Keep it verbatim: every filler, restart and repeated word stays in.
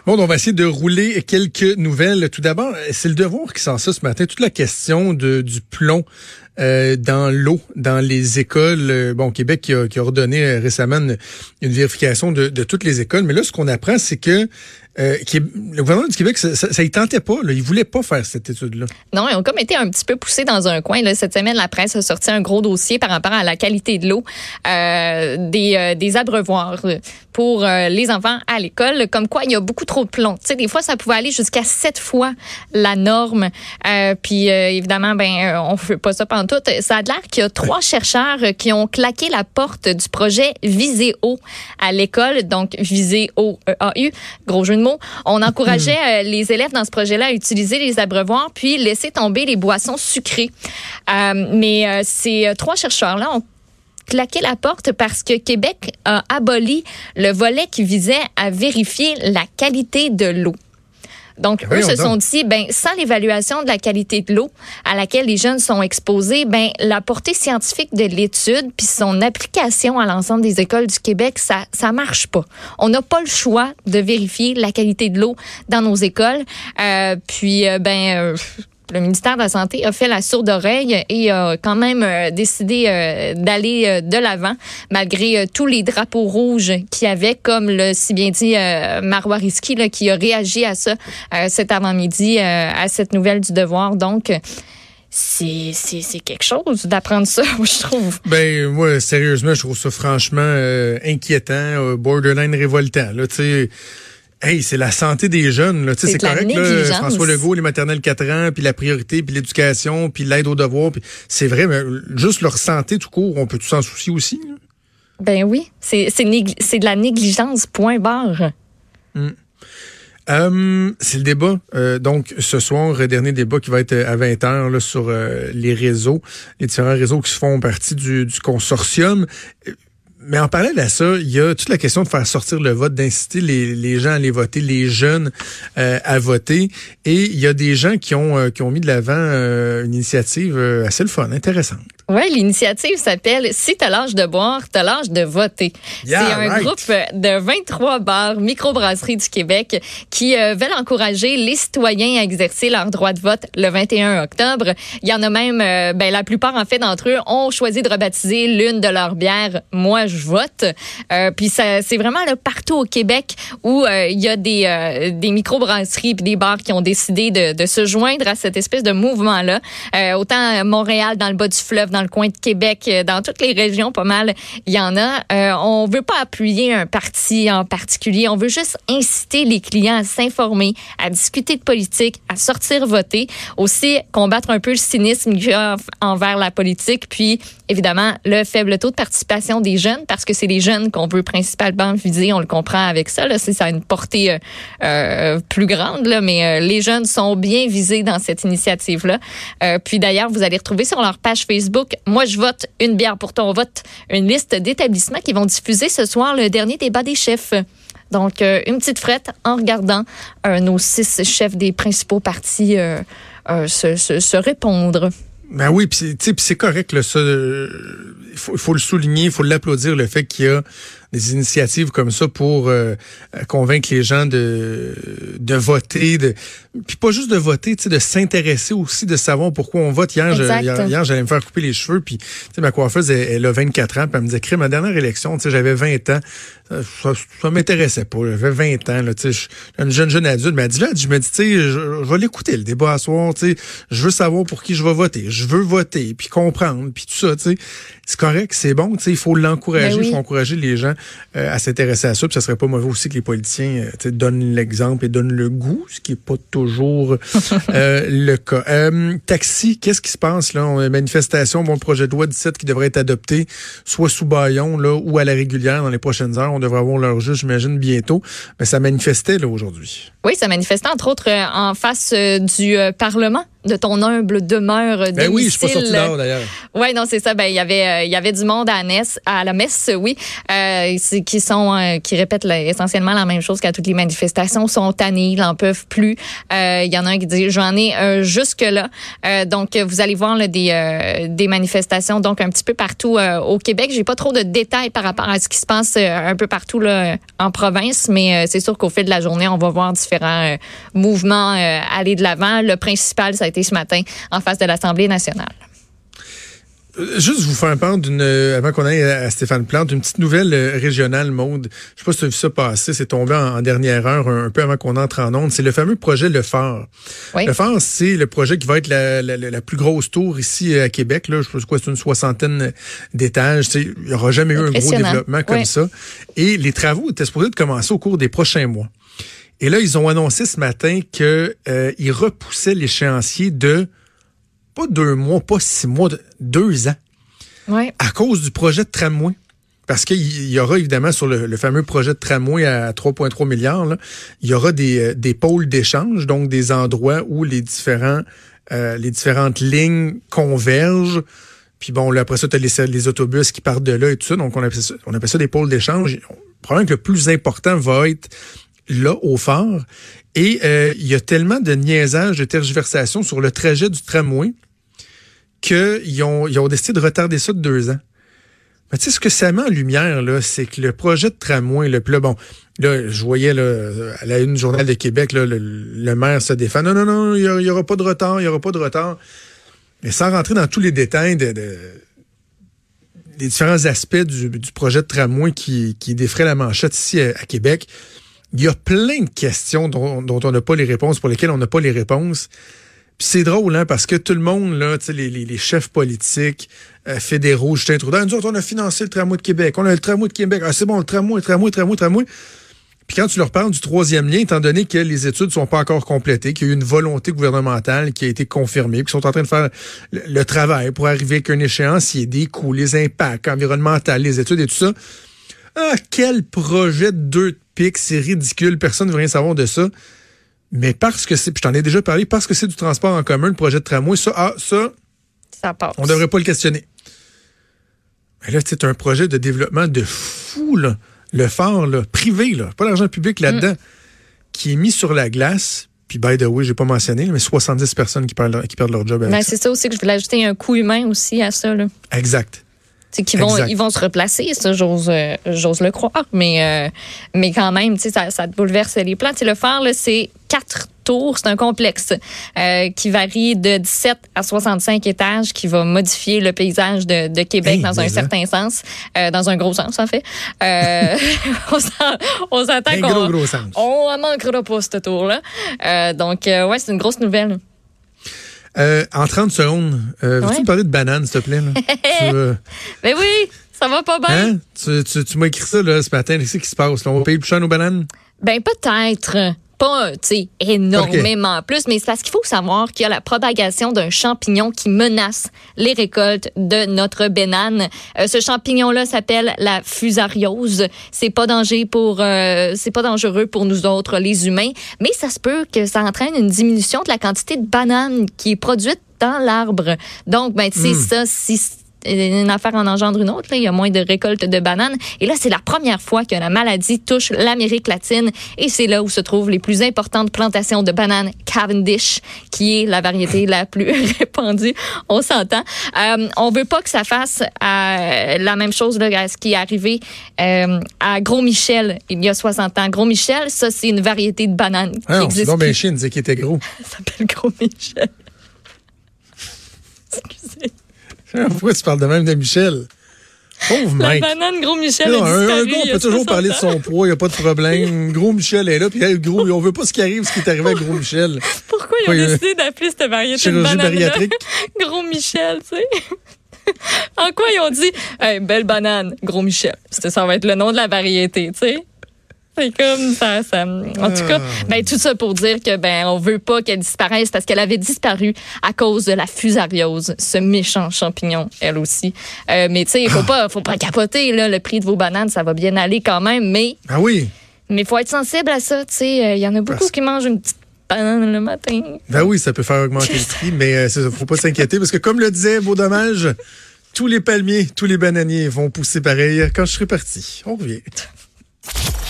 Bon, on va essayer de rouler quelques nouvelles. Tout d'abord, c'est le Devoir qui sort ça ce matin. Toute la question de, du plomb euh, dans l'eau, dans les écoles. Bon, Québec qui a, qui a ordonné récemment une, une vérification de, de toutes les écoles. Mais là, ce qu'on apprend, c'est que Euh, qui, le gouvernement du Québec, ça, ça, ça y tentait pas. Là. Il voulait pas faire cette étude-là. Non, ils ont comme été un petit peu poussés dans un coin. Là. Cette semaine, la presse a sorti un gros dossier par rapport à la qualité de l'eau euh, des, euh, des abreuvoirs pour euh, les enfants à l'école. Comme quoi, il y a beaucoup trop de plomb. Tu sais, des fois, ça pouvait aller jusqu'à sept fois la norme. Euh, puis, euh, évidemment, ben, euh, on fait pas ça pantoute. Ça a l'air qu'il y a trois chercheurs qui ont claqué la porte du projet Viséo à l'école. Donc, Viséo E A U, gros jeu de mots. On encourageait euh, les élèves dans ce projet-là à utiliser les abreuvoirs puis laisser tomber les boissons sucrées. Euh, mais euh, ces trois chercheurs-là ont claqué la porte parce que Québec a aboli le volet qui visait à vérifier la qualité de l'eau. Donc, eux se sont dit, ben, sans l'évaluation de la qualité de l'eau à laquelle les jeunes sont exposés, ben, la portée scientifique de l'étude puis son application à l'ensemble des écoles du Québec, ça, ça marche pas. On n'a pas le choix de vérifier la qualité de l'eau dans nos écoles. Euh, puis, euh, ben, euh, le ministère de la Santé a fait la sourde oreille et a quand même euh, décidé euh, d'aller euh, de l'avant, malgré euh, tous les drapeaux rouges qu'il y avait, comme le si bien dit euh, Marois Risky, là, qui a réagi à ça euh, cet avant-midi, euh, à cette nouvelle du Devoir. Donc, c'est, c'est, c'est quelque chose d'apprendre ça, je trouve. Ben, moi, sérieusement, je trouve ça franchement euh, inquiétant, euh, borderline révoltant. Là, tu sais. Hey, c'est la santé des jeunes, là. Tu sais, c'est, c'est correct, là. François Legault, les maternelles quatre ans, puis la priorité, puis l'éducation, puis l'aide aux devoirs, puis c'est vrai, mais juste leur santé tout court, on peut tout s'en soucier aussi, là? Ben oui, c'est, c'est, négli- c'est de la négligence, point barre. Hum. Euh, c'est le débat. Euh, donc, ce soir, dernier débat qui va être à vingt heures là, sur euh, les réseaux, les différents réseaux qui font partie du, du consortium. Mais en parallèle à ça, il y a toute la question de faire sortir le vote, d'inciter les, les gens à aller voter, les jeunes euh, à voter. Et il y a des gens qui ont euh, qui ont mis de l'avant euh, une initiative euh, assez le fun, intéressante. Oui, l'initiative s'appelle « Si t'as l'âge de boire, t'as l'âge de voter yeah, ». C'est un right. groupe de vingt-trois bars, microbrasseries du Québec qui euh, veulent encourager les citoyens à exercer leur droit de vote le vingt et un octobre. Il y en a même, euh, ben la plupart en fait d'entre eux ont choisi de rebaptiser l'une de leurs bières « Moi, je vote euh, ». Puis ça, c'est vraiment là, partout au Québec où euh, il y a des, euh, des microbrasseries et des bars qui ont décidé de, de se joindre à cette espèce de mouvement-là. Euh, autant à Montréal, dans le bas du fleuve, dans le coin de Québec, dans toutes les régions, pas mal, il y en a. Euh, on veut pas appuyer un parti en particulier. On veut juste inciter les clients à s'informer, à discuter de politique, à sortir voter. Aussi, combattre un peu le cynisme qu'il y a envers la politique. Puis, évidemment, le faible taux de participation des jeunes, parce que c'est les jeunes qu'on veut principalement viser. On le comprend avec ça. Là, c'est, ça a une portée euh, euh, plus grande, là, mais euh, les jeunes sont bien visés dans cette initiative-là. Euh, puis d'ailleurs, vous allez retrouver sur leur page Facebook « Moi, je vote, une bière pour ton vote », une liste d'établissements qui vont diffuser ce soir le dernier débat des chefs. Donc, euh, une petite frette en regardant euh, nos six chefs des principaux partis euh, euh, se, se, se répondre. Ben oui, puis c'est, c'est correct, là, ça. Il euh, faut, faut le souligner, il faut l'applaudir, le fait qu'il y a des initiatives comme ça pour euh, convaincre les gens de de voter, de puis pas juste de voter, tu sais, de s'intéresser aussi, de savoir pourquoi on vote. Hier, je, hier, hier, j'allais me faire couper les cheveux, puis tu sais, ma coiffeuse, elle, elle a vingt-quatre ans, puis elle me disait, crée, ma dernière élection, tu sais, j'avais vingt ans, ça, ça m'intéressait pas, j'avais vingt ans, là, tu sais, je suis une jeune jeune adulte, mais elle dit là, je me dis, tu sais, je, je vais l'écouter le débat à soir, tu sais, je veux savoir pour qui je vais voter, je veux voter, puis comprendre, puis tout ça, tu sais, c'est correct, c'est bon, tu sais, il faut l'encourager, il ben oui. faut encourager les gens euh, à s'intéresser à ça, puis ça serait pas mauvais aussi que les politiciens euh, tu sais, donnent l'exemple et donnent le goût, ce qui est pas toujours euh, le cas. Euh, taxi, qu'est-ce qui se passe là? On a une manifestation, bon, le projet de loi dix-sept qui devrait être adopté, soit sous bâillon là, ou à la régulière dans les prochaines heures. On devrait avoir leur juge, j'imagine, bientôt. Mais ça manifestait là aujourd'hui. Oui, ça manifestait entre autres euh, en face euh, du euh, Parlement de ton humble demeure domicile. Ben oui, je suis pas sorti dehors d'ailleurs. Oui, non, c'est ça. Ben, il y avait, euh, il y avait du monde à, Ness, à la messe, oui, euh, qui sont, euh, qui répètent là, essentiellement la même chose qu'à toutes les manifestations. Sont tannés, ils n'en peuvent plus. Euh, il y en a un qui dit, j'en ai euh, jusque là. Euh, donc, vous allez voir là, des, euh, des manifestations donc un petit peu partout euh, au Québec. J'ai pas trop de détails par rapport à ce qui se passe euh, un peu partout là en province, mais euh, c'est sûr qu'au fil de la journée, on va voir différents euh, mouvements euh, aller de l'avant. Le principal, ça a été ce matin en face de l'Assemblée nationale. Juste vous faire part d'une, avant qu'on aille à Stéphane Plante, une petite nouvelle régionale, Maude. Je sais pas si tu as vu ça passer, c'est tombé en, en dernière heure, un, un peu avant qu'on entre en onde. C'est le fameux projet Le Phare. Oui. Le Phare, c'est le projet qui va être la, la, la plus grosse tour ici à Québec. Là, je sais pas quoi, c'est une soixantaine d'étages. Il n'y aura jamais eu un gros développement comme oui. ça. Et les travaux étaient supposés de commencer au cours des prochains mois. Et là, ils ont annoncé ce matin qu'ils euh, repoussaient l'échéancier de pas deux mois, pas six mois, deux ans. Ouais. À cause du projet de tramway. Parce qu'il y aura évidemment sur le, le fameux projet de tramway à trois virgule trois milliards, là, il y aura des, des pôles d'échange, donc des endroits où les différents euh, les différentes lignes convergent. Puis bon, là, après ça, tu as les, les autobus qui partent de là et tout ça. Donc, on appelle ça, on appelle ça des pôles d'échange. Probablement que le plus important va être là, au Phare. Et euh, il y a tellement de niaisage, de tergiversation sur le trajet du tramway qu'ils ont, ils ont décidé de retarder ça de deux ans. Mais tu sais, ce que ça met en lumière, là, c'est que le projet de tramway, là, là, bon, là, je voyais, là, à la une du Journal de Québec, là, le, le maire se défend. Non, non, non, il n'y aura pas de retard, il n'y aura pas de retard. Mais sans rentrer dans tous les détails de, de, des différents aspects du, du projet de tramway qui, qui défraie la manchette ici à, à Québec, il y a plein de questions dont, dont on n'a pas les réponses, pour lesquelles on n'a pas les réponses. Puis c'est drôle, hein, parce que tout le monde, là, tu sais, les, les, les chefs politiques euh, fédéraux, Justin Trudeau, nous autres, on a financé le tramway de Québec, on a le tramway de Québec, ah, c'est bon, le tramway, le tramway, le tramway, le tramway. Puis quand tu leur parles du troisième lien, étant donné que les études sont pas encore complétées, qu'il y a eu une volonté gouvernementale qui a été confirmée, puis qu'ils sont en train de faire le, le travail pour arriver avec un échéancier, des coûts, les impacts environnementaux, les études et tout ça. Ah, quel projet de deux de pique, c'est ridicule, personne ne veut rien savoir de ça. Mais parce que c'est, puis je t'en ai déjà parlé, parce que c'est du transport en commun, le projet de tramway, ça, ah, ça, ça passe. On ne devrait pas le questionner. Mais là, c'est un projet de développement de fou, là. Le Phare, là, privé, là, pas l'argent public là-dedans, mm. qui est mis sur la glace. Puis, by the way, j'ai pas mentionné, mais soixante-dix personnes qui perdent, qui perdent leur job avec ben, ça. C'est ça aussi que je voulais ajouter, un coût humain aussi à ça, là. Exact. C'est qu'ils vont, ils vont se replacer, ça, j'ose, euh, j'ose le croire, mais, euh, mais quand même, ça, ça te bouleverse les plans. T'sais, le Phare, là, c'est quatre tours, c'est un complexe euh, qui varie de dix-sept à soixante-cinq étages, qui va modifier le paysage de, de Québec hey, dans un certain sens, euh, dans un gros sens, en fait. Euh, on, s'en, on s'attend un qu'on gros, gros sens. On manquera pas ce tour-là. Euh, donc, euh, ouais, c'est une grosse nouvelle. Euh, en trente secondes, euh, veux-tu ouais. me parler de banane, s'il te plaît? Là? tu, euh... Ben oui, ça va pas bien. Hein? Tu, tu, tu m'as écrit ça là, ce matin, qu'est-ce qui se passe? Là? On va payer plus cher nos bananes? Ben peut-être. Pas, tu sais, énormément okay. plus, mais c'est parce qu'il faut savoir qu'il y a la propagation d'un champignon qui menace les récoltes de notre banane. Euh, ce champignon-là s'appelle la fusariose. C'est pas danger pour, euh, c'est pas dangereux pour nous autres, les humains, mais ça se peut que ça entraîne une diminution de la quantité de bananes qui est produite dans l'arbre. Donc, ben, tu sais, mm. ça, si une affaire en engendre une autre, là, il y a moins de récoltes de bananes. Et là, c'est la première fois que la maladie touche l'Amérique latine. Et c'est là où se trouvent les plus importantes plantations de bananes Cavendish, qui est la variété la plus répandue. On s'entend. Euh, on veut pas que ça fasse euh, la même chose là, à ce qui est arrivé euh, à Gros-Michel il y a soixante ans. Gros-Michel, ça, c'est une variété de bananes qui ah non, existe. C'est donc bien chiant de dire qu'il était gros. Ça s'appelle Gros-Michel. Excusez. Pourquoi tu parles de même de Michel? Pauvre mec. La banane Gros Michel non, a un, disparu, un gars, on peut toujours parler de son poids, il n'y a pas de problème. Gros Michel est là, puis hey, gros, on veut pas ce qui arrive, ce qui est arrivé à Gros Michel. Pourquoi ils ont euh, décidé d'appeler cette variété de banane Gros Michel, tu sais? En quoi ils ont dit hey, belle banane, Gros Michel. Ça va être le nom de la variété, tu sais? C'est comme ça, ça. En tout cas, ben tout ça pour dire que ben on veut pas qu'elle disparaisse parce qu'elle avait disparu à cause de la fusariose, ce méchant champignon, elle aussi. Euh, mais tu sais, il faut pas, faut pas capoter là. Le prix de vos bananes, ça va bien aller quand même, mais. Ah oui. Mais faut être sensible à ça, tu sais. Il y en a beaucoup parce... qui mangent une petite matin, le matin. Ben oui, ça peut faire augmenter le prix, mais euh, il faut pas s'inquiéter parce que comme le disait Beau Dommage, tous les palmiers, tous les bananiers vont pousser pareil quand je serai parti. On revient.